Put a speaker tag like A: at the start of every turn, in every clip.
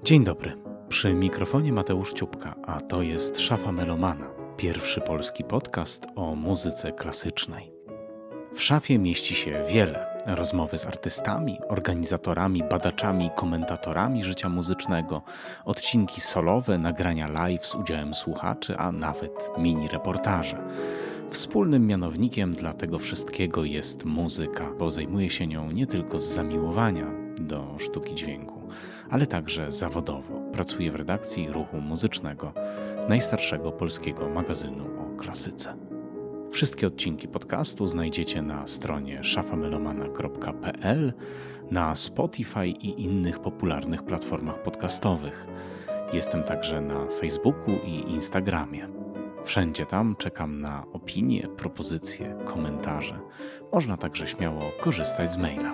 A: Dzień dobry. Przy mikrofonie Mateusz Ciupka, a to jest Szafa Melomana, pierwszy polski podcast o muzyce klasycznej. W szafie mieści się wiele rozmowy z artystami, organizatorami, badaczami, komentatorami życia muzycznego, odcinki solowe, nagrania live z udziałem słuchaczy, a nawet mini-reportaże. Wspólnym mianownikiem dla tego wszystkiego jest muzyka, bo zajmuje się nią nie tylko z zamiłowania do sztuki dźwięku, ale także zawodowo. Pracuje w redakcji Ruchu Muzycznego, najstarszego polskiego magazynu o klasyce. Wszystkie odcinki podcastu znajdziecie na stronie szafamelomana.pl, na Spotify i innych popularnych platformach podcastowych. Jestem także na Facebooku i Instagramie. Wszędzie tam czekam na opinie, propozycje, komentarze. Można także śmiało korzystać z maila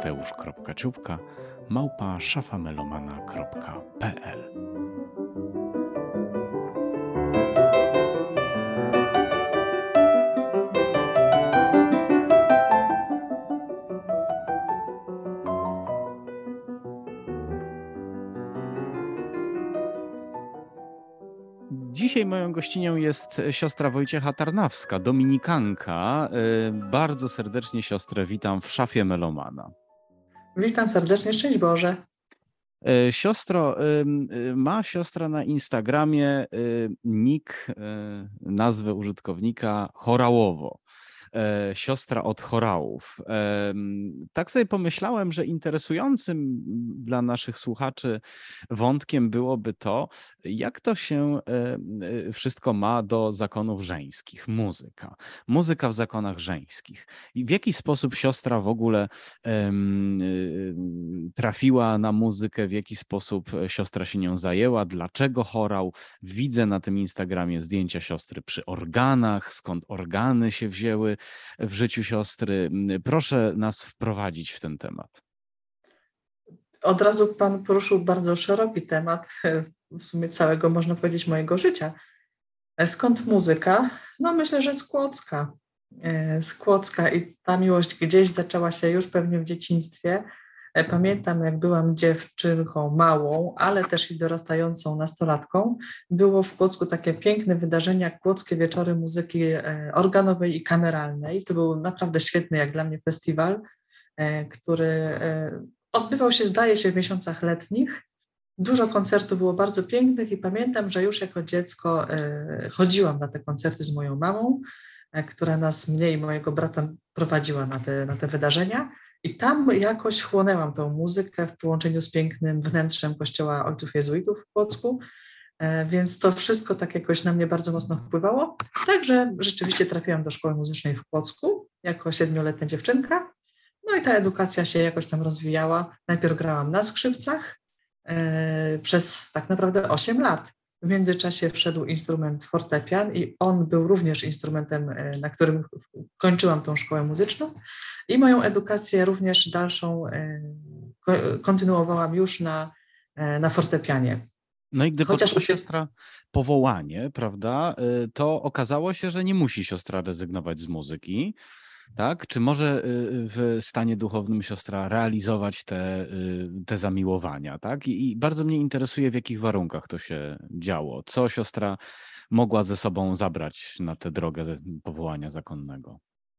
A: mateusz.ciupka@szafamelomana.pl. Dzisiaj moją gościnią jest siostra Wojciecha Tarnawska, dominikanka. Bardzo serdecznie siostrę witam w Szafie Melomana.
B: Witam serdecznie, szczęść Boże.
A: Siostro, ma siostra na Instagramie nick, nazwę użytkownika Chorałowo. Siostra od chorałów. Tak sobie pomyślałem, że interesującym dla naszych słuchaczy wątkiem byłoby to, jak to się wszystko ma do zakonów żeńskich, muzyka w zakonach żeńskich. I w jaki sposób siostra w ogóle trafiła na muzykę, w jaki sposób siostra się nią zajęła, dlaczego chorał. Widzę na tym Instagramie zdjęcia siostry przy organach, skąd organy się wzięły w życiu siostry. Proszę nas wprowadzić w ten temat.
B: Od razu Pan poruszył bardzo szeroki temat, w sumie całego, można powiedzieć, mojego życia. Skąd muzyka? No myślę, że z Kłodzka. Z Kłodzka i ta miłość gdzieś zaczęła się już pewnie w dzieciństwie. Pamiętam, jak byłam dziewczynką małą, ale też i dorastającą nastolatką. Było w Kłodzku takie piękne wydarzenie jak Kłodzkie Wieczory Muzyki Organowej i Kameralnej. To był naprawdę świetny, jak dla mnie, festiwal, który odbywał się, zdaje się, w miesiącach letnich. Dużo koncertów było bardzo pięknych i pamiętam, że już jako dziecko chodziłam na te koncerty z moją mamą, która mnie i mojego brata prowadziła na te wydarzenia. I tam jakoś chłonęłam tą muzykę w połączeniu z pięknym wnętrzem kościoła ojców jezuitów w Płocku, więc to wszystko tak jakoś na mnie bardzo mocno wpływało. Także rzeczywiście trafiłam do szkoły muzycznej w Płocku jako 7-letnia dziewczynka. No i ta edukacja się jakoś tam rozwijała. Najpierw grałam na skrzypcach przez tak naprawdę 8 lat. W międzyczasie wszedł instrument fortepian i on był również instrumentem, na którym kończyłam tą szkołę muzyczną. I moją edukację również dalszą kontynuowałam już na fortepianie.
A: No i gdy poczuła siostra powołanie, prawda, to okazało się, że nie musi siostra rezygnować z muzyki. Tak? Czy może w stanie duchownym siostra realizować te zamiłowania? Tak? I bardzo mnie interesuje, w jakich warunkach to się działo. Co siostra mogła ze sobą zabrać na tę drogę powołania zakonnego?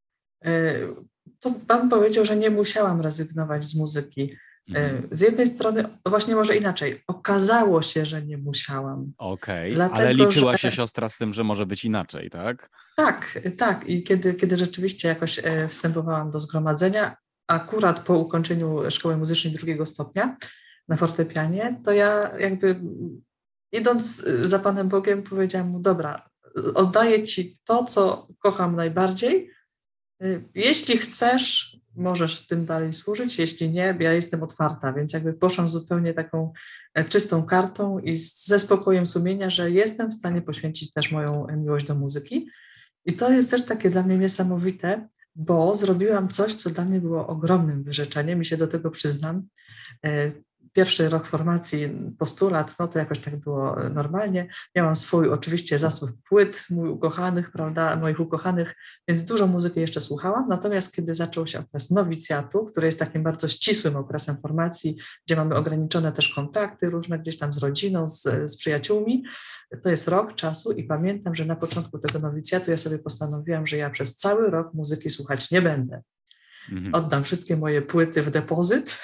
B: To Pan powiedział, że nie musiałam rezygnować z muzyki. Z jednej strony, właśnie może inaczej, okazało się, że nie musiałam.
A: Okej, ale liczyła się siostra z tym, że może być inaczej, tak?
B: Tak. I kiedy rzeczywiście jakoś wstępowałam do zgromadzenia, akurat po ukończeniu szkoły muzycznej 2. stopnia na fortepianie, to ja jakby idąc za Panem Bogiem powiedziałam mu, dobra, oddaję Ci to, co kocham najbardziej. Jeśli chcesz, możesz tym dalej służyć, jeśli nie, ja jestem otwarta, więc jakby poszłam zupełnie taką czystą kartą i ze spokojem sumienia, że jestem w stanie poświęcić też moją miłość do muzyki. I to jest też takie dla mnie niesamowite, bo zrobiłam coś, co dla mnie było ogromnym wyrzeczeniem i się do tego przyznam. pierwszy rok formacji, postulat, no to jakoś tak było normalnie. Miałam swój oczywiście zasób płyt, moich ukochanych, więc dużo muzyki jeszcze słuchałam. Natomiast kiedy zaczął się okres nowicjatu, który jest takim bardzo ścisłym okresem formacji, gdzie mamy ograniczone też kontakty różne gdzieś tam z rodziną, z przyjaciółmi, to jest rok czasu i pamiętam, że na początku tego nowicjatu ja sobie postanowiłam, że ja przez cały rok muzyki słuchać nie będę. Oddam wszystkie moje płyty w depozyt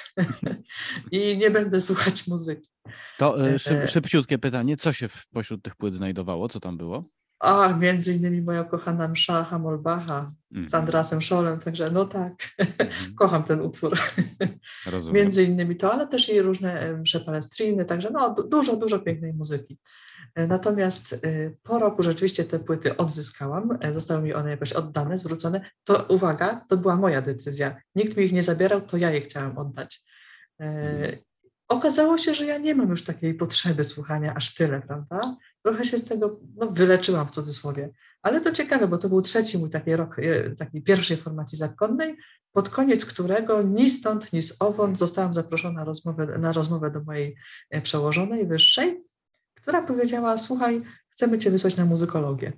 B: i nie będę słuchać muzyki.
A: To szybciutkie pytanie, co się pośród tych płyt znajdowało? Co tam było?
B: Między innymi moja kochana msza Hamolbacha z Andrasem Schollem, także no tak, kocham ten utwór.
A: Rozumiem.
B: Między innymi to, ale też i różne msze Palestriny, także no dużo pięknej muzyki. Natomiast po roku rzeczywiście te płyty odzyskałam, zostały mi one jakoś oddane, zwrócone. To uwaga, to była moja decyzja. Nikt mi ich nie zabierał, to ja je chciałam oddać. Okazało się, że ja nie mam już takiej potrzeby słuchania aż tyle, prawda? Trochę się z tego wyleczyłam w cudzysłowie. Ale to ciekawe, bo to był trzeci mój taki rok takiej pierwszej formacji zakonnej, pod koniec którego ni stąd, ni zowąd zostałam zaproszona na rozmowę do mojej przełożonej wyższej, która powiedziała: słuchaj, chcemy cię wysłać na muzykologię.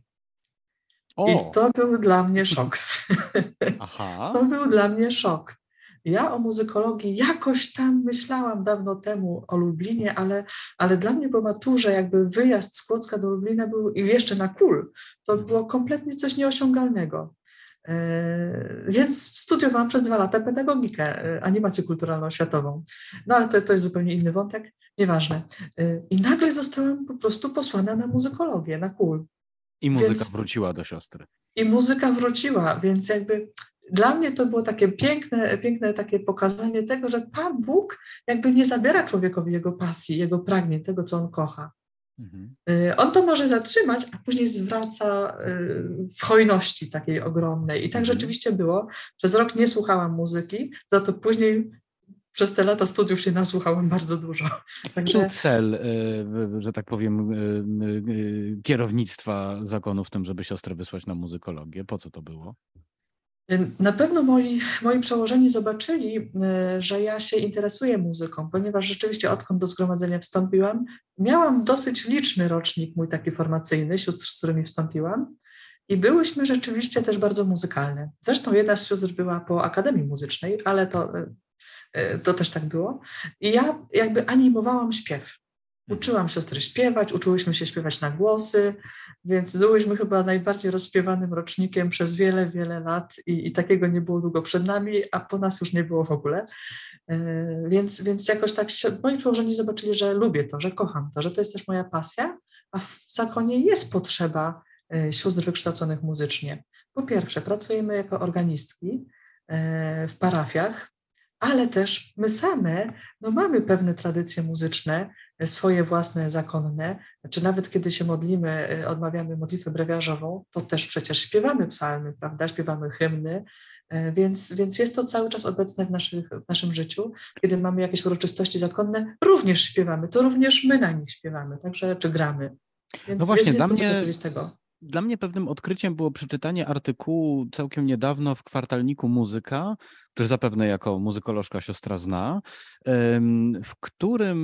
B: I to był dla mnie szok.
A: Aha.
B: To był dla mnie szok. Ja o muzykologii jakoś tam myślałam dawno temu o Lublinie, ale dla mnie po maturze jakby wyjazd z Kłodzka do Lublina był i jeszcze na KUL. To było kompletnie coś nieosiągalnego. Więc studiowałam przez 2 lata pedagogikę, animację kulturalno-oświatową. No ale to jest zupełnie inny wątek, nieważne. I nagle zostałam po prostu posłana na muzykologię, na KUL.
A: I muzyka wróciła do siostry.
B: I muzyka wróciła, więc jakby dla mnie to było takie piękne takie pokazanie tego, że Pan Bóg jakby nie zabiera człowiekowi jego pasji, jego pragnień, tego, co on kocha. On to może zatrzymać, a później zwraca w hojności takiej ogromnej. I tak rzeczywiście było. Przez rok nie słuchałam muzyki, za to później przez te lata studiów się nasłuchałam bardzo dużo.
A: Także... Był cel, że tak powiem, kierownictwa zakonu w tym, żeby siostrę wysłać na muzykologię. Po co to było?
B: Na pewno moi przełożeni zobaczyli, że ja się interesuję muzyką, ponieważ rzeczywiście odkąd do zgromadzenia wstąpiłam, miałam dosyć liczny rocznik mój taki formacyjny, sióstr, z którymi wstąpiłam i byłyśmy rzeczywiście też bardzo muzykalne. Zresztą jedna z sióstr była po Akademii Muzycznej, ale to też tak było. I ja jakby animowałam śpiew. Uczyłam siostry śpiewać, uczyłyśmy się śpiewać na głosy, więc byłyśmy chyba najbardziej rozśpiewanym rocznikiem przez wiele lat i takiego nie było długo przed nami, a po nas już nie było w ogóle. Więc jakoś tak moi przełożeni zobaczyli, że lubię to, że kocham to, że to jest też moja pasja, a w zakonie jest potrzeba sióstr wykształconych muzycznie. Po pierwsze, pracujemy jako organistki w parafiach, ale też my same mamy pewne tradycje muzyczne, swoje własne zakonne, czy nawet kiedy się modlimy, odmawiamy modlitwę brewiarzową, to też przecież śpiewamy psalmy, prawda, śpiewamy hymny, więc jest to cały czas obecne w naszym życiu. Kiedy mamy jakieś uroczystości zakonne, również śpiewamy, to również my na nich śpiewamy, także czy gramy. Więc,
A: no właśnie,
B: więc jest to oczywistego.
A: Dla mnie pewnym odkryciem było przeczytanie artykułu całkiem niedawno w kwartalniku Muzyka, który zapewne jako muzykolożka siostra zna, w którym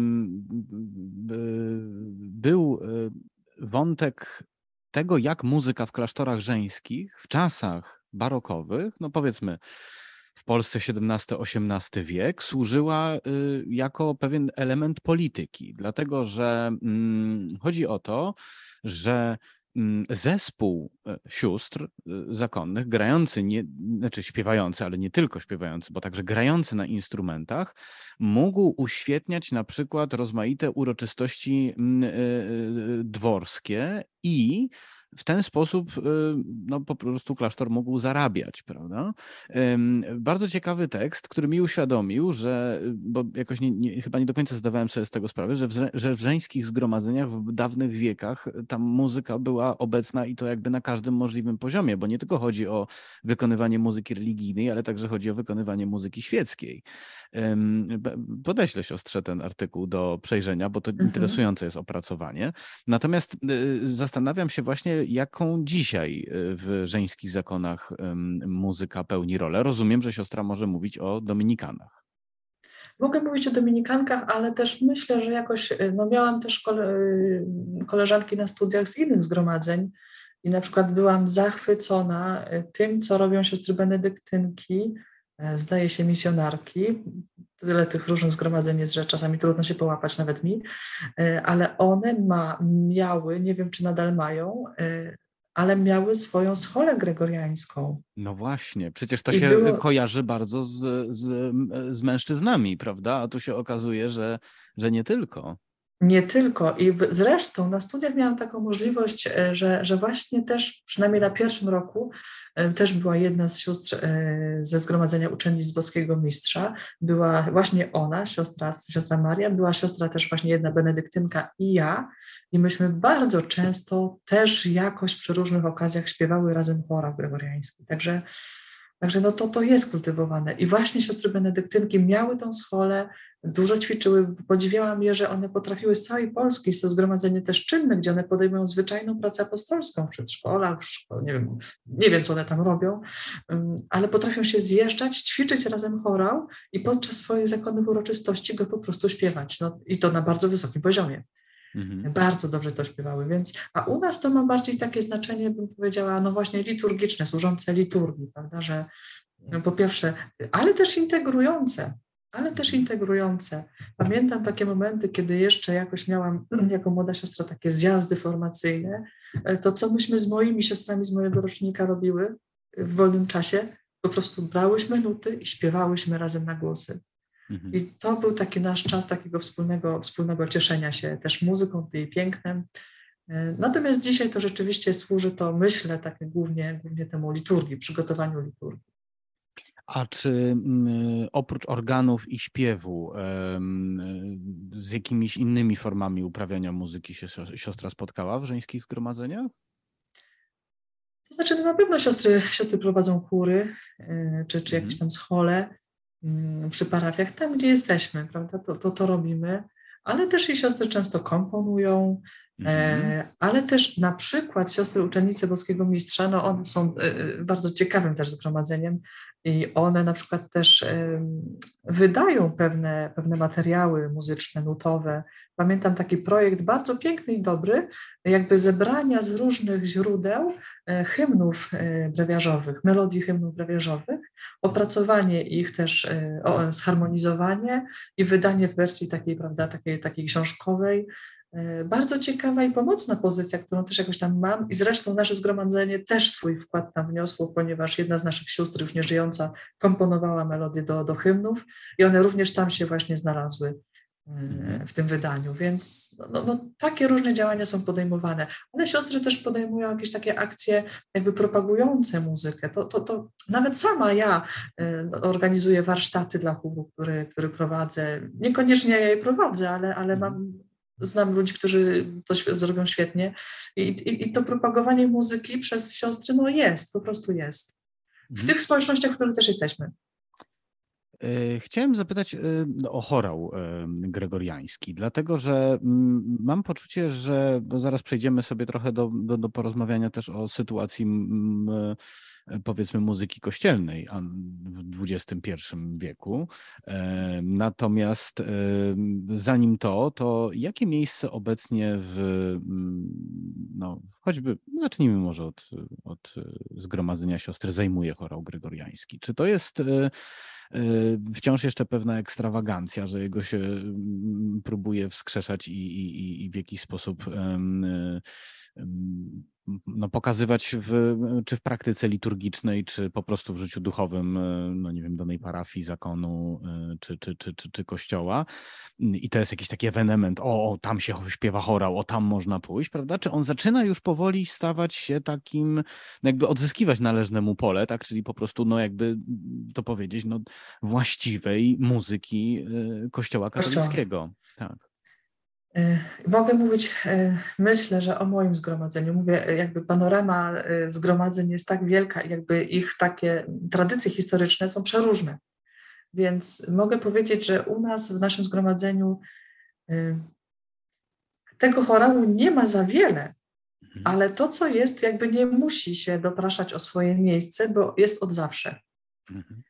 A: był wątek tego, jak muzyka w klasztorach żeńskich w czasach barokowych, no powiedzmy w Polsce XVII-XVIII wiek, służyła jako pewien element polityki, dlatego że chodzi o to, że zespół sióstr zakonnych, grający, znaczy śpiewający, ale nie tylko śpiewający, bo także grający na instrumentach, mógł uświetniać na przykład rozmaite uroczystości dworskie i w ten sposób po prostu klasztor mógł zarabiać, prawda? Bardzo ciekawy tekst, który mi uświadomił, że, bo jakoś chyba nie do końca zdawałem sobie z tego sprawę, że w żeńskich zgromadzeniach w dawnych wiekach tam muzyka była obecna i to jakby na każdym możliwym poziomie, bo nie tylko chodzi o wykonywanie muzyki religijnej, ale także chodzi o wykonywanie muzyki świeckiej. Podeślę siostrze ten artykuł do przejrzenia, bo to interesujące jest opracowanie. Natomiast zastanawiam się właśnie, jaką dzisiaj w żeńskich zakonach muzyka pełni rolę. Rozumiem, że siostra może mówić o dominikanach.
B: Mogę mówić o dominikankach, ale też myślę, że jakoś, no miałam też koleżanki na studiach z innych zgromadzeń i na przykład byłam zachwycona tym, co robią siostry benedyktynki, zdaje się misjonarki. Tyle tych różnych zgromadzeń jest, że czasami trudno się połapać nawet mi, ale one miały, nie wiem czy nadal mają, ale miały swoją scholę gregoriańską.
A: No właśnie, przecież to
B: I
A: się
B: było,
A: kojarzy bardzo z mężczyznami, prawda? A tu się okazuje, że nie tylko.
B: Nie tylko. I zresztą na studiach miałam taką możliwość, że właśnie też, przynajmniej na pierwszym roku, też była jedna z sióstr ze Zgromadzenia Uczennic Boskiego Mistrza. Była właśnie ona, siostra Maria, była siostra też właśnie jedna benedyktynka i ja. I myśmy bardzo często też jakoś przy różnych okazjach śpiewały razem chórał gregoriański. Także no to jest kultywowane. I właśnie siostry benedyktynki miały tą scholę, dużo ćwiczyły. Podziwiałam je, że one potrafiły z całej Polski, jest to zgromadzenie też czynne, gdzie one podejmują zwyczajną pracę apostolską w przedszkolach, w szkole, nie wiem, co one tam robią, ale potrafią się zjeżdżać, ćwiczyć razem chorał i podczas swoich zakonnych uroczystości go po prostu śpiewać. No, i to na bardzo wysokim poziomie.
A: Mhm.
B: Bardzo dobrze to śpiewały, a u nas to ma bardziej takie znaczenie, bym powiedziała, no właśnie liturgiczne, służące liturgii, prawda, że no po pierwsze, ale też integrujące. Pamiętam takie momenty, kiedy jeszcze jakoś miałam jako młoda siostra takie zjazdy formacyjne, to co myśmy z moimi siostrami z mojego rocznika robiły w wolnym czasie, po prostu brałyśmy nuty i śpiewałyśmy razem na głosy.
A: Mhm.
B: I to był taki nasz czas takiego wspólnego cieszenia się też muzyką, jej pięknem. Natomiast dzisiaj to rzeczywiście służy to, myślę, tak głównie temu liturgii, przygotowaniu liturgii.
A: A czy oprócz organów i śpiewu z jakimiś innymi formami uprawiania muzyki się siostra spotkała w żeńskich zgromadzeniach?
B: To znaczy, no na pewno siostry prowadzą chóry, czy jakieś tam schole przy parafiach, tam gdzie jesteśmy, prawda, to robimy, ale też i siostry często komponują, ale też na przykład siostry uczennice Boskiego Mistrza, no one są bardzo ciekawym też zgromadzeniem i one na przykład też wydają pewne materiały muzyczne, nutowe. Pamiętam taki projekt bardzo piękny i dobry, jakby zebrania z różnych źródeł hymnów brewiarzowych, melodii hymnów brewiarzowych, opracowanie ich też, zharmonizowanie i wydanie w wersji takiej, prawda, takiej książkowej. Bardzo ciekawa i pomocna pozycja, którą też jakoś tam mam i zresztą nasze zgromadzenie też swój wkład tam wniosło, ponieważ jedna z naszych sióstr już nieżyjąca komponowała melodie do hymnów i one również tam się właśnie znalazły w tym wydaniu, więc no, takie różne działania są podejmowane, ale siostry też podejmują jakieś takie akcje jakby propagujące muzykę. To nawet sama ja organizuję warsztaty dla chóru, który prowadzę. Niekoniecznie ja je prowadzę, ale znam ludzi, którzy to zrobią świetnie i to propagowanie muzyki przez siostry po prostu jest. W tych społecznościach, w których też jesteśmy.
A: Chciałem zapytać o chorał gregoriański, dlatego że mam poczucie, że bo zaraz przejdziemy sobie trochę do porozmawiania też o sytuacji powiedzmy muzyki kościelnej w XXI wieku. Natomiast zanim to jakie miejsce obecnie choćby zacznijmy może od zgromadzenia siostry zajmuje chorał gregoriański. Czy to jest wciąż jeszcze pewna ekstrawagancja, że jego się próbuje wskrzeszać i w jakiś sposób pokazywać czy w praktyce liturgicznej, czy po prostu w życiu duchowym, no nie wiem, danej parafii, zakonu, czy kościoła. I to jest jakiś taki ewenement, tam się śpiewa chorał, tam można pójść, prawda? Czy on zaczyna już powoli stawać się takim, jakby odzyskiwać należne mu pole, tak? Czyli po prostu, jakby to powiedzieć, właściwej muzyki Kościoła katolickiego. Tak.
B: Mogę mówić, myślę, że o moim zgromadzeniu. Mówię, jakby panorama zgromadzeń jest tak wielka i jakby ich takie tradycje historyczne są przeróżne. Więc mogę powiedzieć, że u nas w naszym zgromadzeniu tego chorału nie ma za wiele, ale to, co jest, jakby nie musi się dopraszać o swoje miejsce, bo jest od zawsze.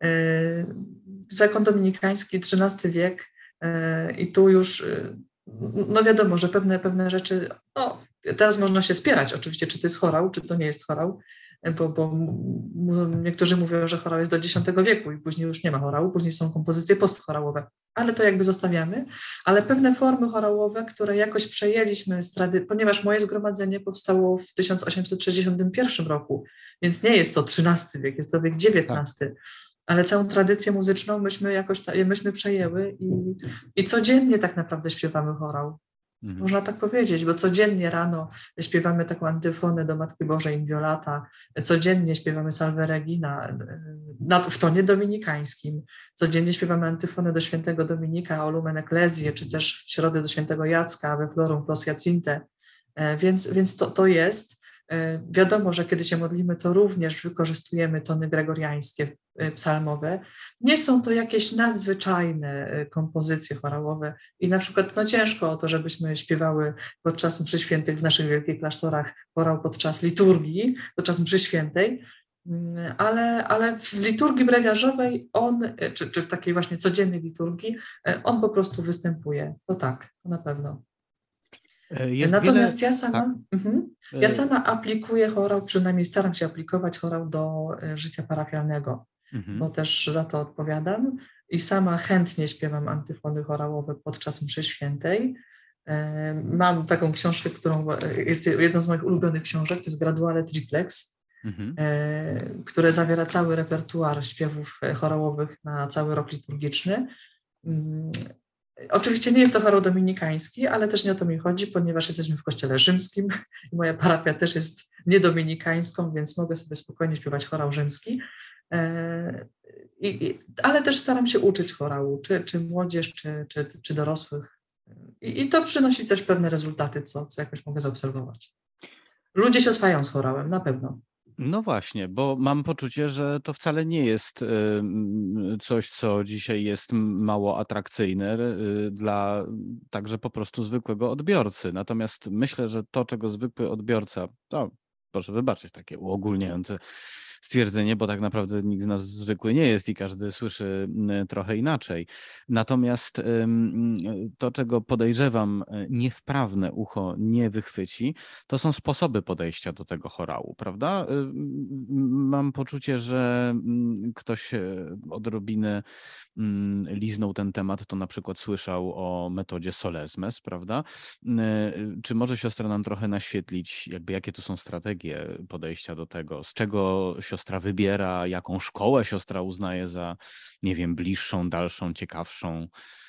B: Zakon dominikański, XIII wiek i tu już, no wiadomo, że pewne rzeczy, no teraz można się spierać oczywiście, czy to jest chorał, czy to nie jest chorał, bo niektórzy mówią, że chorał jest do X wieku i później już nie ma chorału, później są kompozycje postchorałowe, ale to jakby zostawiamy. Ale pewne formy chorałowe, które jakoś przejęliśmy z tradycji, ponieważ moje zgromadzenie powstało w 1861 roku, więc nie jest to XIII wiek, jest to wiek XIX. Tak. Ale całą tradycję muzyczną myśmy przejęły i codziennie tak naprawdę śpiewamy chorał. Można tak powiedzieć, bo codziennie rano śpiewamy taką antyfonę do Matki Bożej Inviolata, codziennie śpiewamy Salve Regina w tonie dominikańskim, codziennie śpiewamy antyfonę do świętego Dominika, o Lumen Ecclesiae, czy też w środę do świętego Jacka, we Florum Pros Jacinthe, więc to jest. Wiadomo, że kiedy się modlimy, to również wykorzystujemy tony gregoriańskie, psalmowe. Nie są to jakieś nadzwyczajne kompozycje chorałowe i na przykład ciężko o to, żebyśmy śpiewały podczas mszy świętych w naszych wielkich klasztorach chorał podczas liturgii, podczas mszy świętej, ale w liturgii brewiarzowej czy w takiej właśnie codziennej liturgii, on po prostu występuje. To tak, to na pewno. Natomiast ja sama aplikuję chorał, przynajmniej staram się aplikować chorał do życia parafialnego, bo też za to odpowiadam i sama chętnie śpiewam antyfony chorałowe podczas mszy świętej. Mam taką książkę, którą jest jedną z moich ulubionych książek, to jest Graduale Triplex, które zawiera cały repertuar śpiewów chorałowych na cały rok liturgiczny. Oczywiście nie jest to chorał dominikański, ale też nie o to mi chodzi, ponieważ jesteśmy w kościele rzymskim i moja parafia też jest niedominikańską, więc mogę sobie spokojnie śpiewać chorał rzymski. Ale też staram się uczyć chorału, czy młodzież, czy dorosłych. I to przynosi też pewne rezultaty, co jakoś mogę zaobserwować. Ludzie się oswajają z chorałem, na pewno.
A: No właśnie, bo mam poczucie, że to wcale nie jest coś, co dzisiaj jest mało atrakcyjne dla także po prostu zwykłego odbiorcy. Natomiast myślę, że to, czego zwykły odbiorca, proszę wybaczyć takie uogólniające stwierdzenie, bo tak naprawdę nikt z nas zwykły nie jest i każdy słyszy trochę inaczej. Natomiast to, czego podejrzewam, niewprawne ucho nie wychwyci, to są sposoby podejścia do tego chorału, prawda? Mam poczucie, że ktoś odrobinę liznął ten temat, to na przykład słyszał o metodzie Solesmes, prawda? Czy może siostra nam trochę naświetlić, jakie tu są strategie podejścia do tego, z czego siostra wybiera, jaką szkołę siostra uznaje za, nie wiem, bliższą, dalszą, ciekawszą?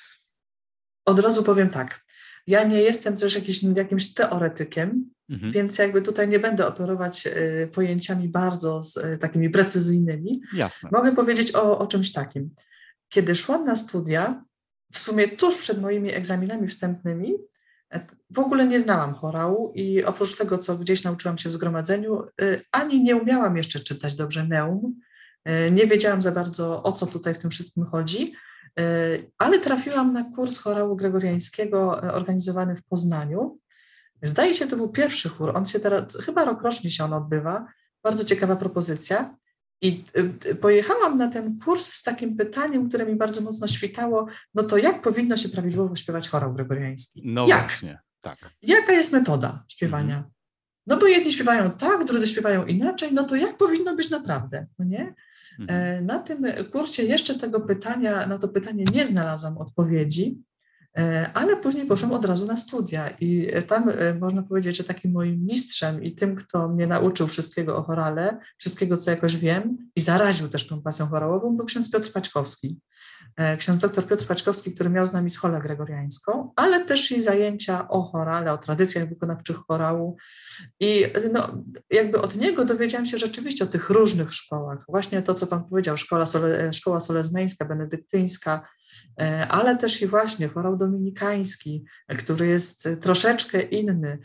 B: Od razu powiem tak, ja nie jestem też jakimś teoretykiem, więc jakby tutaj nie będę operować pojęciami bardzo takimi precyzyjnymi.
A: Jasne.
B: Mogę powiedzieć o czymś takim. Kiedy szłam na studia, w sumie tuż przed moimi egzaminami wstępnymi, w ogóle nie znałam chorału i oprócz tego, co gdzieś nauczyłam się w zgromadzeniu, ani nie umiałam jeszcze czytać dobrze neum, nie wiedziałam za bardzo, o co tutaj w tym wszystkim chodzi, ale trafiłam na kurs chorału gregoriańskiego organizowany w Poznaniu. Zdaje się, to był pierwszy chór, on się teraz, chyba rokrocznie się on odbywa, bardzo ciekawa propozycja. I pojechałam na ten kurs z takim pytaniem, które mi bardzo mocno świtało, no to jak powinno się prawidłowo śpiewać chorał gregoriański?
A: No jak? Właśnie, tak.
B: Jaka jest metoda śpiewania? No bo jedni śpiewają tak, drudzy śpiewają inaczej, no to jak powinno być naprawdę, no nie? Na tym kursie jeszcze na to pytanie nie znalazłam odpowiedzi, ale później poszłam od razu na studia i tam można powiedzieć, że takim moim mistrzem i tym, kto mnie nauczył wszystkiego o chorale, wszystkiego, co jakoś wiem i zaraził też tą pasją chorałową, był ksiądz Piotr Paćkowski. Ksiądz dr Piotr Paćkowski, który miał z nami scholę gregoriańską, ale też i zajęcia o chorale, o tradycjach wykonawczych chorału. I jakby od niego dowiedziałam się rzeczywiście o tych różnych szkołach. Właśnie to, co pan powiedział, szkoła solezmeńska, benedyktyńska, ale też i właśnie chorał dominikański, który jest troszeczkę inny.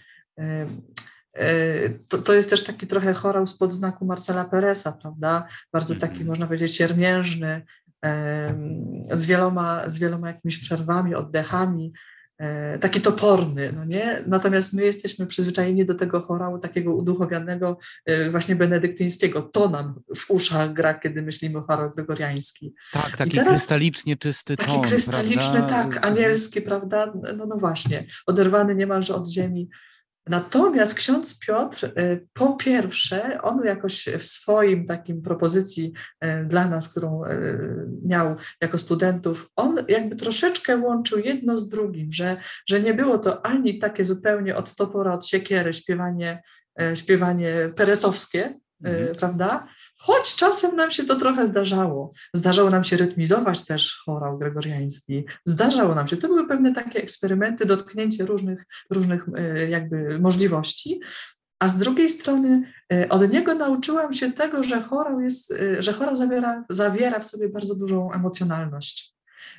B: To jest też taki trochę chorał spod znaku Marcela Peresa, prawda? Bardzo taki, można powiedzieć, siermiężny, z wieloma jakimiś przerwami, oddechami. taki toporny, no nie? Natomiast my jesteśmy przyzwyczajeni do tego chorału takiego uduchowianego, właśnie benedyktyńskiego. To nam w uszach gra, kiedy myślimy o chorał gregoriański.
A: Tak,
B: I
A: taki
B: teraz
A: krystalicznie czysty
B: taki
A: ton,
B: krystaliczny,
A: prawda?
B: tak, anielski, prawda? No właśnie, oderwany niemalże od ziemi. Natomiast ksiądz Piotr, po pierwsze, on jakoś w swoim takim propozycji dla nas, którą miał jako studentów, on jakby troszeczkę łączył jedno z drugim, że nie było to ani takie zupełnie od topora, od siekiery śpiewanie peresowskie, prawda? Choć czasem nam się to trochę zdarzało. Zdarzało nam się rytmizować też chorał gregoriański. Zdarzało nam się. To były pewne takie eksperymenty, dotknięcie różnych jakby możliwości. A z drugiej strony od niego nauczyłam się tego, że chorał zawiera w sobie bardzo dużą emocjonalność.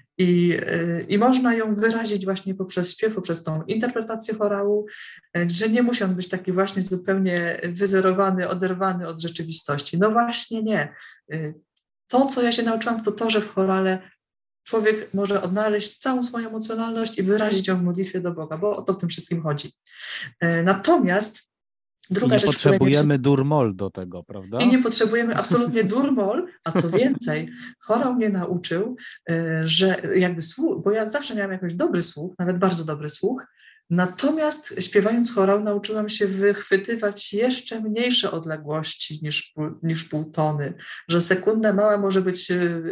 B: I można ją wyrazić właśnie poprzez śpiew, poprzez tą interpretację chorału, że nie musi on być taki właśnie zupełnie wyzerowany, oderwany od rzeczywistości. No właśnie nie. To, co ja się nauczyłam, to, że w chorale człowiek może odnaleźć całą swoją emocjonalność i wyrazić ją w modlitwie do Boga, bo o to w tym wszystkim chodzi. Natomiast druga rzecz,
A: potrzebujemy dur-moll do tego, prawda?
B: I nie potrzebujemy absolutnie dur-moll, a co więcej, chorał mnie nauczył, że jakby słuch, bo ja zawsze miałam jakoś dobry słuch, nawet bardzo dobry słuch, natomiast śpiewając chorał nauczyłam się wychwytywać jeszcze mniejsze odległości niż pół tony, że sekunda mała może być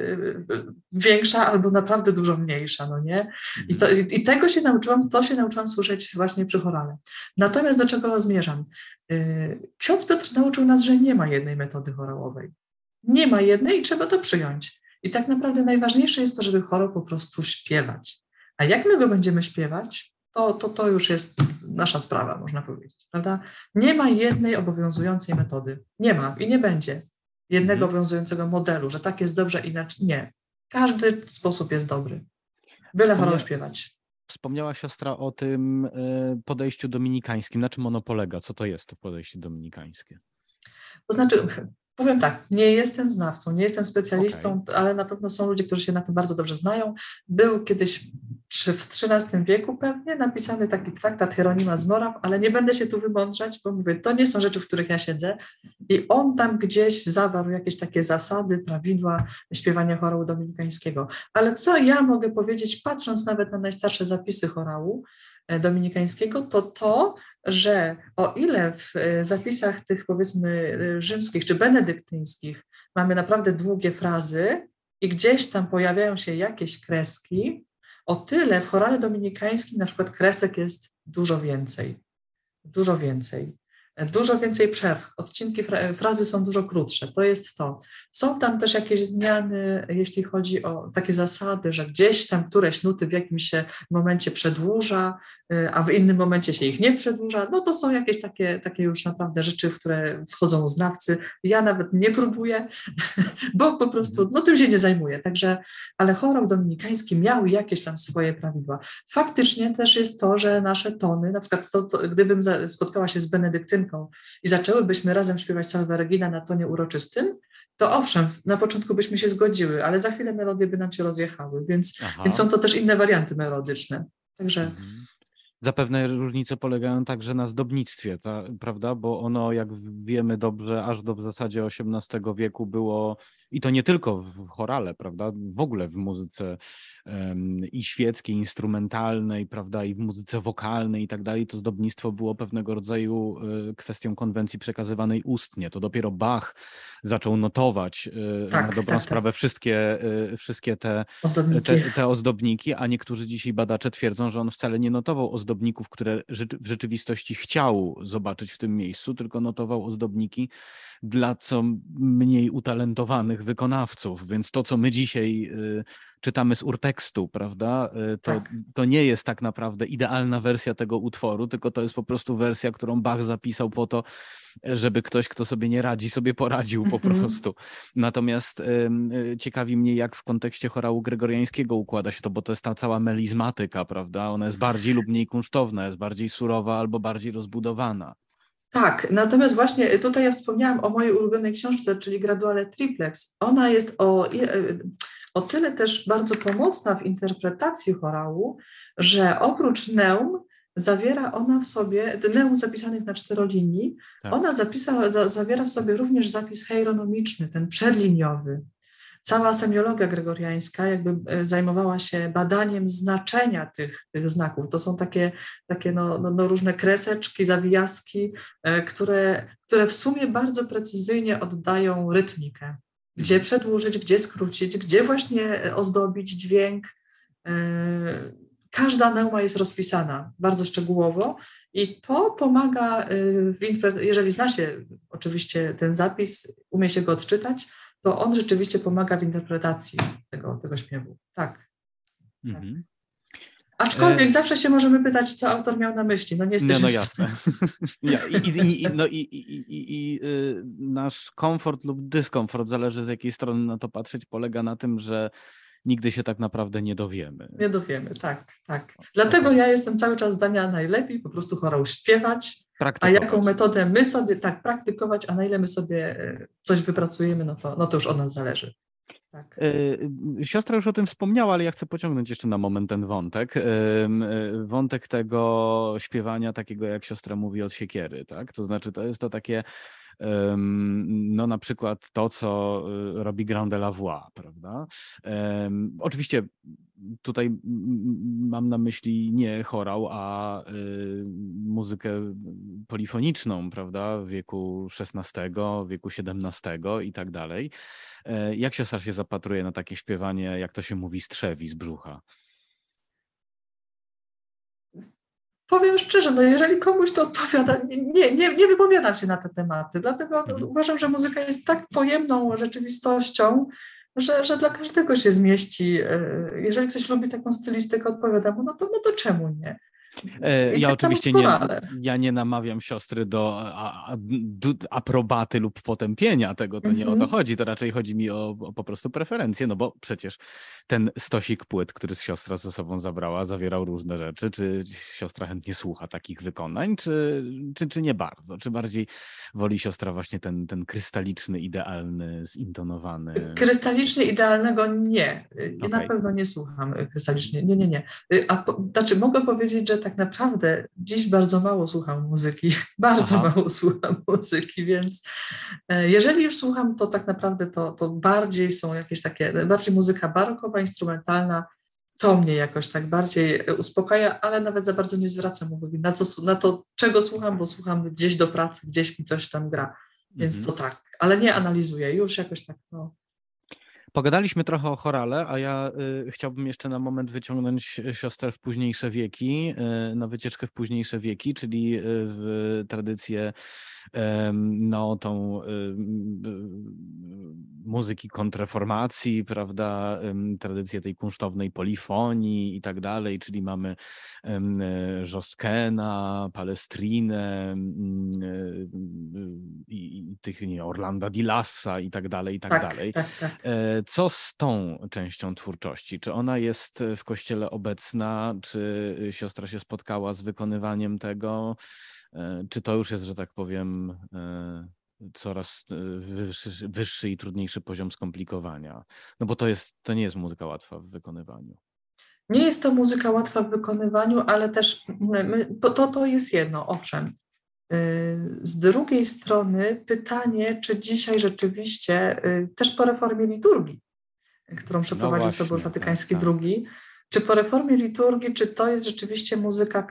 B: większa albo naprawdę dużo mniejsza, no nie? I tego się nauczyłam słyszeć właśnie przy chorale. Natomiast do czego zmierzam? Ksiądz Piotr nauczył nas, że nie ma jednej metody chorałowej. Nie ma jednej i trzeba to przyjąć. I tak naprawdę najważniejsze jest to, żeby chorał po prostu śpiewać. A jak my go będziemy śpiewać, to już jest nasza sprawa, można powiedzieć, prawda? Nie ma jednej obowiązującej metody. Nie ma i nie będzie jednego obowiązującego modelu, że tak jest dobrze, inaczej nie. Każdy sposób jest dobry. Byle chorał śpiewać.
A: Wspomniała siostra o tym podejściu dominikańskim. Na czym ono polega? Co to jest to podejście dominikańskie?
B: To znaczy, powiem tak, nie jestem znawcą, nie jestem specjalistą, ale na pewno są ludzie, którzy się na tym bardzo dobrze znają. Był kiedyś w XIII wieku pewnie napisany taki traktat Hieronima z Moraw, ale nie będę się tu wymądrzać, bo mówię, to nie są rzeczy, w których ja siedzę. I on tam gdzieś zawarł jakieś takie zasady, prawidła śpiewania chorału dominikańskiego. Ale co ja mogę powiedzieć, patrząc nawet na najstarsze zapisy chorału dominikańskiego, to, że o ile w zapisach tych powiedzmy rzymskich czy benedyktyńskich mamy naprawdę długie frazy i gdzieś tam pojawiają się jakieś kreski, o tyle w chorale dominikańskim na przykład kresek jest dużo więcej. Dużo więcej. Dużo więcej przerw. Odcinki frazy są dużo krótsze. To jest to. Są tam też jakieś zmiany, jeśli chodzi o takie zasady, że gdzieś tam któreś nuty w jakimś się momencie przedłuża, a w innym momencie się ich nie przedłuża. No to są jakieś takie już naprawdę rzeczy, w które wchodzą znawcy. Ja nawet nie próbuję, bo po prostu tym się nie zajmuję. Także, ale chorał dominikański miał jakieś tam swoje prawidła. Faktycznie też jest to, że nasze tony, na przykład gdybym spotkała się z benedyktynką i zaczęłybyśmy razem śpiewać Salve Regina na tonie uroczystym, to owszem, na początku byśmy się zgodziły, ale za chwilę melodie by nam się rozjechały, więc są to też inne warianty melodyczne. Także...
A: Zapewne różnice polegają także na zdobnictwie, prawda? Bo ono, jak wiemy dobrze, aż do w zasadzie XVIII wieku było, i to nie tylko w chorale, prawda? W ogóle w muzyce i świeckiej, instrumentalnej, prawda? I w muzyce wokalnej i tak dalej, to zdobnictwo było pewnego rodzaju kwestią konwencji przekazywanej ustnie. To dopiero Bach zaczął notować na dobrą sprawę wszystkie te ozdobniki, a niektórzy dzisiaj badacze twierdzą, że on wcale nie notował ozdobników, które w rzeczywistości chciał zobaczyć w tym miejscu, tylko notował ozdobniki dla co mniej utalentowanych wykonawców. Więc to, co my dzisiaj czytamy z urtekstu, prawda, to nie jest tak naprawdę idealna wersja tego utworu, tylko to jest po prostu wersja, którą Bach zapisał po to, żeby ktoś, kto sobie nie radzi, sobie poradził po prostu. Natomiast ciekawi mnie, jak w kontekście chorału gregoriańskiego układa się to, bo to jest ta cała melizmatyka, prawda? Ona jest bardziej lub mniej kunsztowna, jest bardziej surowa albo bardziej rozbudowana.
B: Tak, natomiast właśnie tutaj ja wspomniałam o mojej ulubionej książce, czyli Graduale Triplex. Ona jest o tyle też bardzo pomocna w interpretacji chorału, że oprócz neum zawiera ona w sobie, neum zapisanych na czterolinii,
A: Tak.
B: ona zawiera w sobie również zapis heironomiczny, ten przedliniowy. Cała semiologia gregoriańska jakby zajmowała się badaniem znaczenia tych znaków. To są takie różne kreseczki, zawijaski, które w sumie bardzo precyzyjnie oddają rytmikę. Gdzie przedłużyć, gdzie skrócić, gdzie właśnie ozdobić dźwięk. Każda neuma jest rozpisana bardzo szczegółowo i to pomaga, jeżeli zna się oczywiście ten zapis, umie się go odczytać, to on rzeczywiście pomaga w interpretacji tego śpiewu. Tak.
A: Mhm.
B: Aczkolwiek zawsze się możemy pytać, co autor miał na myśli. No nie jesteśmy
A: No jasne. I nasz komfort lub dyskomfort, zależy z jakiej strony na to patrzeć, polega na tym, że nigdy się tak naprawdę nie dowiemy.
B: Nie dowiemy, tak. Dlatego ja jestem cały czas zdania najlepiej po prostu chorał śpiewać, a jaką metodę my sobie praktykować, a na ile my sobie coś wypracujemy, no to już od nas zależy. Tak.
A: Siostra już o tym wspomniała, ale ja chcę pociągnąć jeszcze na moment ten wątek. Wątek tego śpiewania takiego, jak siostra mówi, od siekiery, tak? To znaczy, to jest to takie, no na przykład to, co robi Grand de la Voix, prawda? Oczywiście tutaj mam na myśli nie chorał, a muzykę polifoniczną, prawda? W wieku XVI, wieku XVII i tak dalej. Jak siostra się zapatruje na takie śpiewanie, jak to się mówi, strzewi z brzucha?
B: Powiem szczerze, no jeżeli komuś to odpowiada, nie wypowiadam się na te tematy, dlatego uważam, że muzyka jest tak pojemną rzeczywistością, że dla każdego się zmieści. Jeżeli ktoś lubi taką stylistykę, odpowiada mu, no to czemu nie?
A: Ja oczywiście nie namawiam siostry do aprobaty lub potępienia tego, to nie o to chodzi, to raczej chodzi mi o po prostu preferencje, no bo przecież ten stosik płyt, który siostra ze sobą zabrała, zawierał różne rzeczy. Czy siostra chętnie słucha takich wykonań, czy nie bardzo? Czy bardziej woli siostra właśnie ten krystaliczny, idealny, zintonowany?
B: Krystalicznie idealnego nie. Ja na pewno nie słucham krystalicznie. Nie. Znaczy mogę powiedzieć, że tak naprawdę dziś bardzo mało słucham muzyki. Mało słucham muzyki, więc jeżeli już słucham, to tak naprawdę to bardziej są jakieś takie, bardziej muzyka barokowa, instrumentalna. To mnie jakoś tak bardziej uspokaja, ale nawet za bardzo nie zwracam uwagi na to, czego słucham, bo słucham gdzieś do pracy, gdzieś mi coś tam gra. Więc to tak, ale nie analizuję. Już jakoś tak,
A: Pogadaliśmy trochę o chorale, a ja chciałbym jeszcze na moment wyciągnąć siostrę w późniejsze wieki, na wycieczkę w późniejsze wieki, czyli w tradycję tą muzyki kontrreformacji, prawda, tradycję tej kunsztownej polifonii i tak dalej, czyli mamy Joskena, Palestrinę i tych Orlanda di Lassa i tak dalej,
B: Tak.
A: Co z tą częścią twórczości? Czy ona jest w kościele obecna? Czy siostra się spotkała z wykonywaniem tego? Czy to już jest, że tak powiem, coraz wyższy i trudniejszy poziom skomplikowania? No bo to nie jest muzyka łatwa w wykonywaniu.
B: Nie jest to muzyka łatwa w wykonywaniu, ale też to jest jedno, owszem. Z drugiej strony pytanie, czy dzisiaj rzeczywiście, też po reformie liturgii, którą przeprowadził Sobór Watykański II, czy po reformie liturgii, czy to jest rzeczywiście muzyka,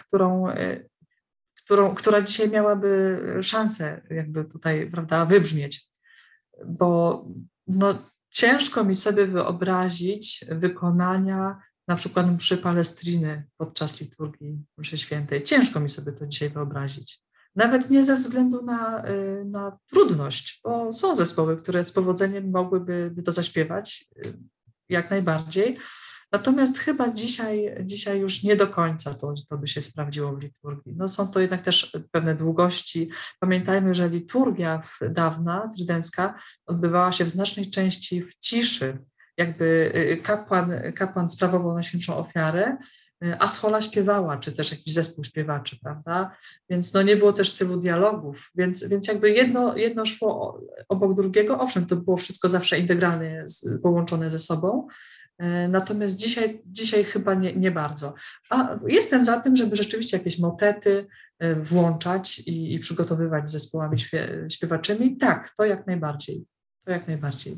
B: która dzisiaj miałaby szansę jakby tutaj, prawda, wybrzmieć. Bo ciężko mi sobie wyobrazić wykonania na przykład mszy Palestriny podczas liturgii mszy świętej. Ciężko mi sobie to dzisiaj wyobrazić. Nawet nie ze względu na trudność, bo są zespoły, które z powodzeniem mogłyby to zaśpiewać, jak najbardziej. Natomiast chyba dzisiaj już nie do końca to by się sprawdziło w liturgii. Są to jednak też pewne długości. Pamiętajmy, że liturgia dawna, trydencka, odbywała się w znacznej części w ciszy. Jakby kapłan sprawował Najświętszą Ofiarę a schola śpiewała, czy też jakiś zespół śpiewaczy, prawda? Więc no nie było też tylu dialogów, więc jakby jedno szło obok drugiego. Owszem, to było wszystko zawsze integralnie połączone ze sobą, natomiast dzisiaj chyba nie bardzo. A jestem za tym, żeby rzeczywiście jakieś motety włączać i przygotowywać z zespołami śpiewaczymi. Tak, to jak najbardziej. To jak najbardziej.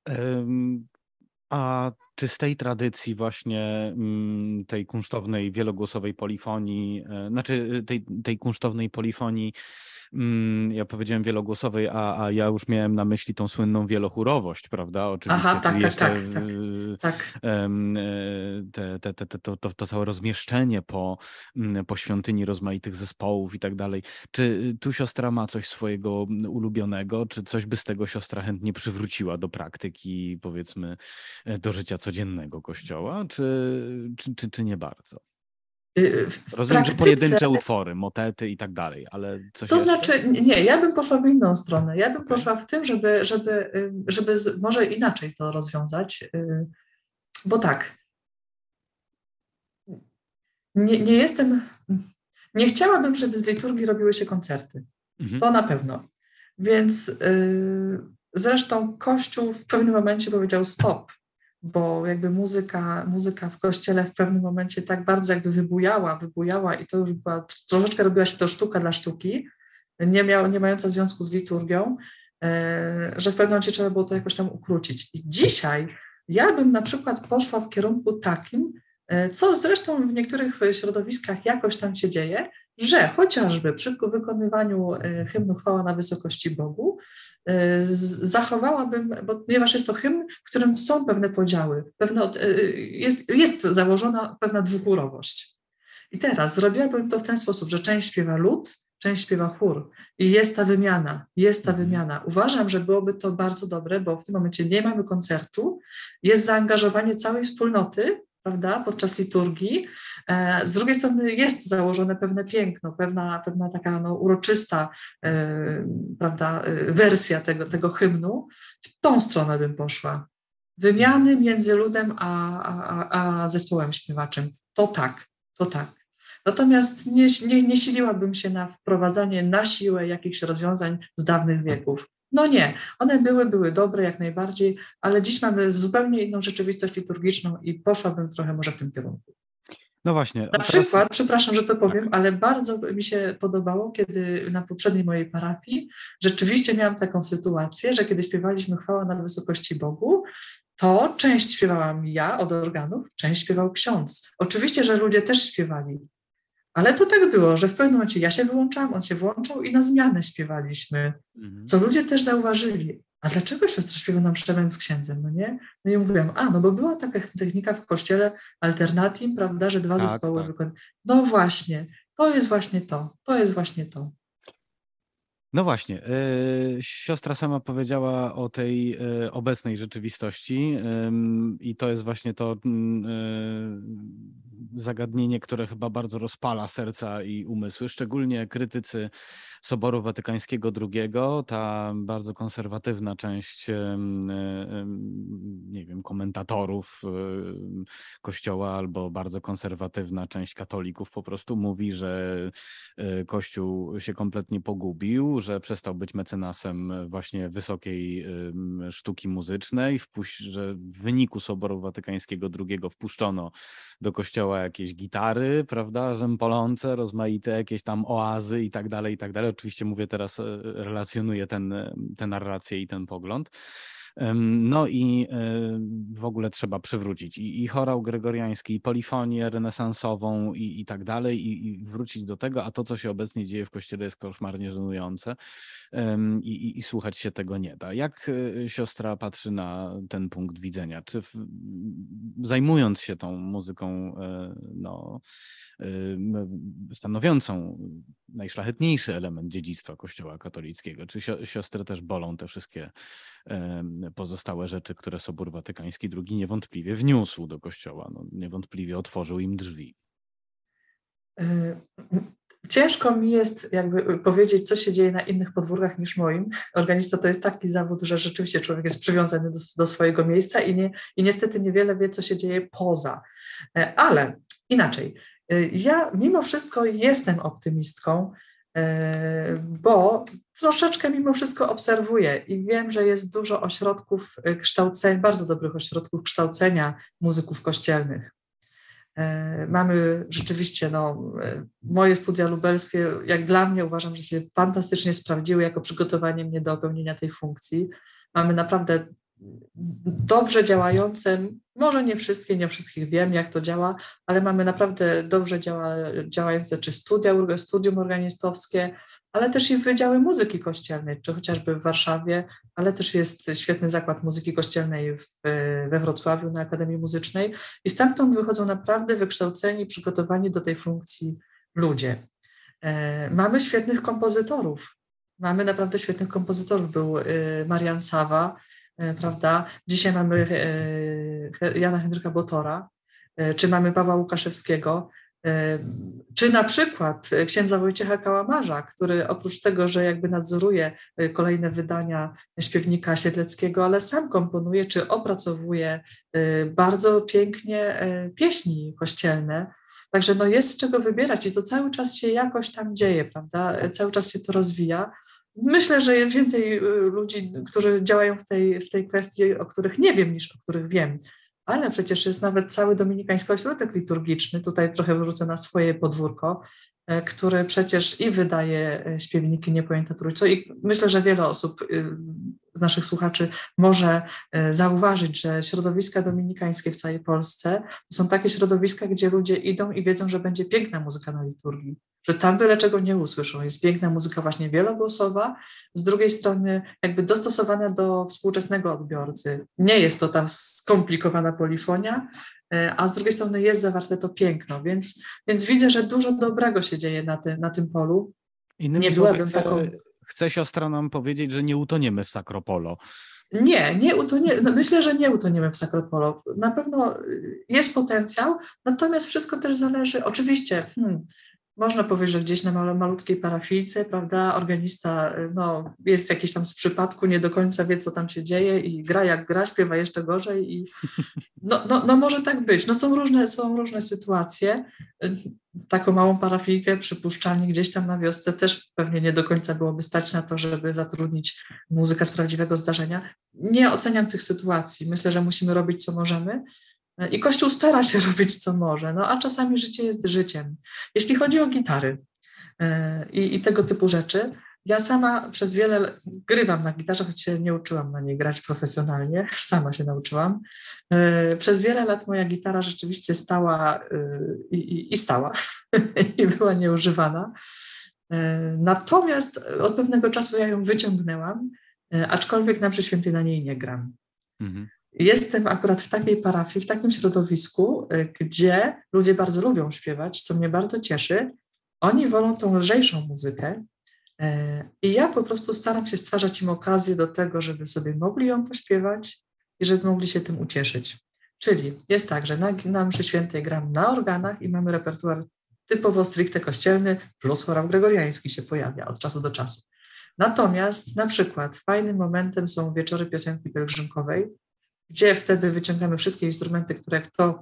A: A czy z tej tradycji właśnie tej kunsztownej, wielogłosowej polifonii, znaczy tej kunsztownej polifonii, ja powiedziałem wielogłosowej, a ja już miałem na myśli tą słynną wielochórowość, prawda? Oczywiście,
B: Aha,
A: czyli jeszcze
B: tak.
A: to całe rozmieszczenie po świątyni rozmaitych zespołów i tak dalej. Czy tu siostra ma coś swojego ulubionego, czy coś by z tego siostra chętnie przywróciła do praktyki, powiedzmy, do życia codziennego Kościoła, czy nie bardzo? Rozumiem, że pojedyncze utwory, motety i tak dalej, ale coś
B: to
A: jeszcze?
B: znaczy, nie, ja bym poszła w inną stronę. Ja bym poszła w tym, żeby może inaczej to rozwiązać, bo tak, nie chciałabym, żeby z liturgii robiły się koncerty. To na pewno. Więc zresztą Kościół w pewnym momencie powiedział stop, bo jakby muzyka w kościele w pewnym momencie tak bardzo jakby wybujała i to już troszeczkę robiła się to sztuka dla sztuki, nie mająca związku z liturgią, że w pewnym momencie trzeba było to jakoś tam ukrócić. I dzisiaj ja bym na przykład poszła w kierunku takim, co zresztą w niektórych środowiskach jakoś tam się dzieje, że chociażby przy wykonywaniu hymnu Chwała na wysokości Bogu zachowałabym, bo ponieważ jest to hymn, w którym są pewne podziały, jest założona pewna dwuchórowość. I teraz zrobiłabym to w ten sposób, że część śpiewa lud, część śpiewa chór i jest ta wymiana. Uważam, że byłoby to bardzo dobre, bo w tym momencie nie mamy koncertu, jest zaangażowanie całej wspólnoty, prawda, podczas liturgii. Z drugiej strony jest założone pewne piękno, pewna taka uroczysta, prawda, wersja tego hymnu. W tą stronę bym poszła. Wymiany między ludem a zespołem śpiewaczym. To tak. Natomiast nie siliłabym się na wprowadzanie na siłę jakichś rozwiązań z dawnych wieków. No nie, one były dobre jak najbardziej, ale dziś mamy zupełnie inną rzeczywistość liturgiczną i poszłabym trochę może w tym kierunku.
A: No właśnie.
B: Na przykład, przepraszam, że to powiem, ale bardzo mi się podobało, kiedy na poprzedniej mojej parafii rzeczywiście miałam taką sytuację, że kiedy śpiewaliśmy Chwała na wysokości Bogu, to część śpiewałam ja od organów, część śpiewał ksiądz. Oczywiście, że ludzie też śpiewali, ale to tak było, że w pewnym momencie ja się wyłączałam, on się włączał i na zmianę śpiewaliśmy, co ludzie też zauważyli. A dlaczego siostra śpiewa nam Szczeban z księdzem, no nie? No i mówiłam, no bo była taka technika w kościele alternatim, prawda, że dwa zespoły wykonują. No właśnie, to jest właśnie to.
A: No właśnie, siostra sama powiedziała o tej obecnej rzeczywistości i to jest właśnie to zagadnienie, które chyba bardzo rozpala serca i umysły, szczególnie krytycy Soboru Watykańskiego II, ta bardzo konserwatywna część, nie wiem, komentatorów Kościoła albo bardzo konserwatywna część katolików po prostu mówi, że Kościół się kompletnie pogubił, że przestał być mecenasem właśnie wysokiej sztuki muzycznej, że w wyniku Soboru Watykańskiego II wpuszczono do Kościoła jakieś gitary, prawda, rzępolące, rozmaite jakieś tam oazy i tak dalej, i tak dalej. Oczywiście mówię teraz, relacjonuję tę narrację i ten pogląd. No i w ogóle trzeba przywrócić i chorał gregoriański, i polifonię renesansową i tak dalej i wrócić do tego, a to, co się obecnie dzieje w Kościele, jest koszmarnie żenujące i słuchać się tego nie da. Jak siostra patrzy na ten punkt widzenia? Czy zajmując się tą muzyką stanowiącą najszlachetniejszy element dziedzictwa Kościoła katolickiego, czy siostrę też bolą te wszystkie pozostałe rzeczy, które Sobór Watykański II niewątpliwie wniósł do Kościoła, niewątpliwie otworzył im drzwi?
B: Ciężko mi jest jakby powiedzieć, co się dzieje na innych podwórkach niż moim. Organista to jest taki zawód, że rzeczywiście człowiek jest przywiązany do swojego miejsca i niestety niewiele wie, co się dzieje poza. Ale Inaczej, ja mimo wszystko jestem optymistką, bo troszeczkę mimo wszystko obserwuję i wiem, że jest dużo ośrodków kształcenia, bardzo dobrych ośrodków kształcenia muzyków kościelnych. Mamy rzeczywiście, moje studia lubelskie, jak dla mnie uważam, że się fantastycznie sprawdziły jako przygotowanie mnie do pełnienia tej funkcji. Mamy naprawdę dobrze działające, może nie wszystkich wiem, jak to działa, ale mamy naprawdę dobrze działające czy studium organistowskie, ale też i wydziały muzyki kościelnej, czy chociażby w Warszawie, ale też jest świetny zakład muzyki kościelnej we Wrocławiu na Akademii Muzycznej i stamtąd wychodzą naprawdę wykształceni, przygotowani do tej funkcji ludzie. Mamy świetnych kompozytorów. Mamy naprawdę świetnych kompozytorów. Był Marian Sawa, prawda? Dzisiaj mamy Jana Henryka Botora, czy mamy Pawła Łukaszewskiego, czy na przykład księdza Wojciecha Kałamarza, który oprócz tego, że jakby nadzoruje kolejne wydania śpiewnika Siedleckiego, ale sam komponuje czy opracowuje bardzo pięknie pieśni kościelne. Także jest z czego wybierać i to cały czas się jakoś tam dzieje, prawda? Cały czas się to rozwija. Myślę, że jest więcej ludzi, którzy działają w tej kwestii, o których nie wiem, niż o których wiem. Ale przecież jest nawet cały Dominikański Ośrodek Liturgiczny, tutaj trochę wrócę na swoje podwórko, który przecież i wydaje śpiewniki Niepojęte Trójco i myślę, że wiele osób, naszych słuchaczy może zauważyć, że środowiska dominikańskie w całej Polsce to są takie środowiska, gdzie ludzie idą i wiedzą, że będzie piękna muzyka na liturgii, że tam byle czego nie usłyszą. Jest piękna muzyka właśnie wielogłosowa, z drugiej strony jakby dostosowana do współczesnego odbiorcy. Nie jest to ta skomplikowana polifonia, a z drugiej strony jest zawarte to piękno, więc widzę, że dużo dobrego się dzieje na tym polu.
A: Innymi słowy, chce siostra nam powiedzieć, że nie utoniemy w Sacropolo.
B: Nie utoniemy. Myślę, że nie utoniemy w Sacropolo. Na pewno jest potencjał, natomiast wszystko też zależy, oczywiście, można powiedzieć, że gdzieś na malutkiej parafijce, prawda, organista jest jakiś tam z przypadku, nie do końca wie, co tam się dzieje i gra jak gra, śpiewa jeszcze gorzej i może tak być. Są różne sytuacje. Taką małą parafijkę przypuszczalnie gdzieś tam na wiosce też pewnie nie do końca byłoby stać na to, żeby zatrudnić muzyka z prawdziwego zdarzenia. Nie oceniam tych sytuacji. Myślę, że musimy robić, co możemy. I Kościół stara się robić, co może, a czasami życie jest życiem. Jeśli chodzi o gitary i tego typu rzeczy, ja sama przez wiele grywam na gitarze, choć się nie uczyłam na niej grać profesjonalnie, sama się nauczyłam. Przez wiele lat moja gitara rzeczywiście stała i stała i była nieużywana. Natomiast od pewnego czasu ja ją wyciągnęłam, aczkolwiek na mszy świętej na niej nie gram. Mhm. Jestem akurat w takiej parafii, w takim środowisku, gdzie ludzie bardzo lubią śpiewać, co mnie bardzo cieszy. Oni wolą tą lżejszą muzykę i ja po prostu staram się stwarzać im okazję do tego, żeby sobie mogli ją pośpiewać i żeby mogli się tym ucieszyć. Czyli jest tak, że na mszy świętej gram na organach i mamy repertuar typowo stricte kościelny, plus chorał gregoriański się pojawia od czasu do czasu. Natomiast na przykład fajnym momentem są wieczory piosenki pielgrzymkowej, gdzie wtedy wyciągamy wszystkie instrumenty, które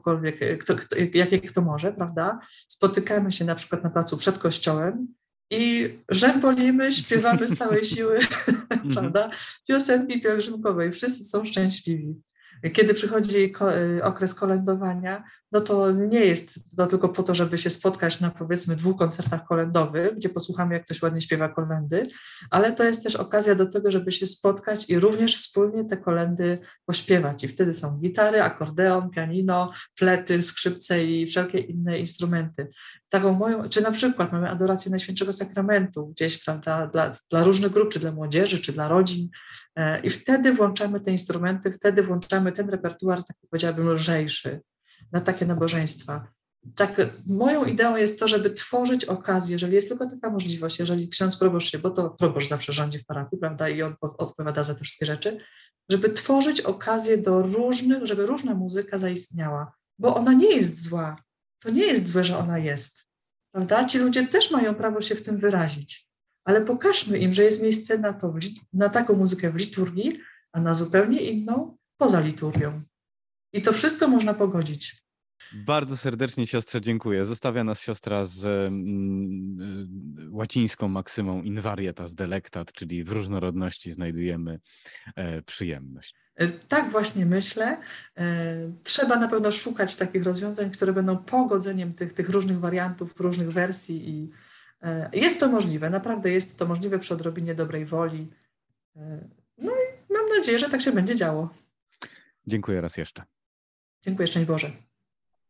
B: jakie kto może, prawda? Spotykamy się na przykład na placu przed kościołem i rzębolimy, śpiewamy z całej siły, prawda? Piosenki pielgrzymkowej, wszyscy są szczęśliwi. Kiedy przychodzi okres kolędowania, to nie jest to tylko po to, żeby się spotkać na powiedzmy 2 koncertach kolędowych, gdzie posłuchamy, jak ktoś ładnie śpiewa kolędy, ale to jest też okazja do tego, żeby się spotkać i również wspólnie te kolędy pośpiewać. I wtedy są gitary, akordeon, pianino, flety, skrzypce i wszelkie inne instrumenty. Czy na przykład mamy adorację Najświętszego Sakramentu gdzieś, prawda, dla różnych grup, czy dla młodzieży, czy dla rodzin. I wtedy włączamy te instrumenty, wtedy włączamy ten repertuar, tak powiedziałabym, lżejszy na takie nabożeństwa. Tak, moją ideą jest to, żeby tworzyć okazję, jeżeli jest tylko taka możliwość, jeżeli ksiądz proboszcz bo to proboszcz zawsze rządzi w parafii, prawda, i on odpowiada za te wszystkie rzeczy, żeby tworzyć okazję do różnych, żeby różna muzyka zaistniała, bo ona nie jest zła. To nie jest złe, że ona jest, prawda? Ci ludzie też mają prawo się w tym wyrazić, ale pokażmy im, że jest miejsce na taką muzykę w liturgii, a na zupełnie inną poza liturgią. I to wszystko można pogodzić.
A: Bardzo serdecznie siostrze dziękuję. Zostawia nas siostra z łacińską maksymą in varietas delectat, czyli w różnorodności znajdujemy przyjemność.
B: Tak właśnie myślę. Trzeba na pewno szukać takich rozwiązań, które będą pogodzeniem tych różnych wariantów, różnych wersji i jest to możliwe, naprawdę jest to możliwe przy odrobinie dobrej woli. No i mam nadzieję, że tak się będzie działo.
A: Dziękuję raz jeszcze.
B: Dziękuję, szczęść Boże.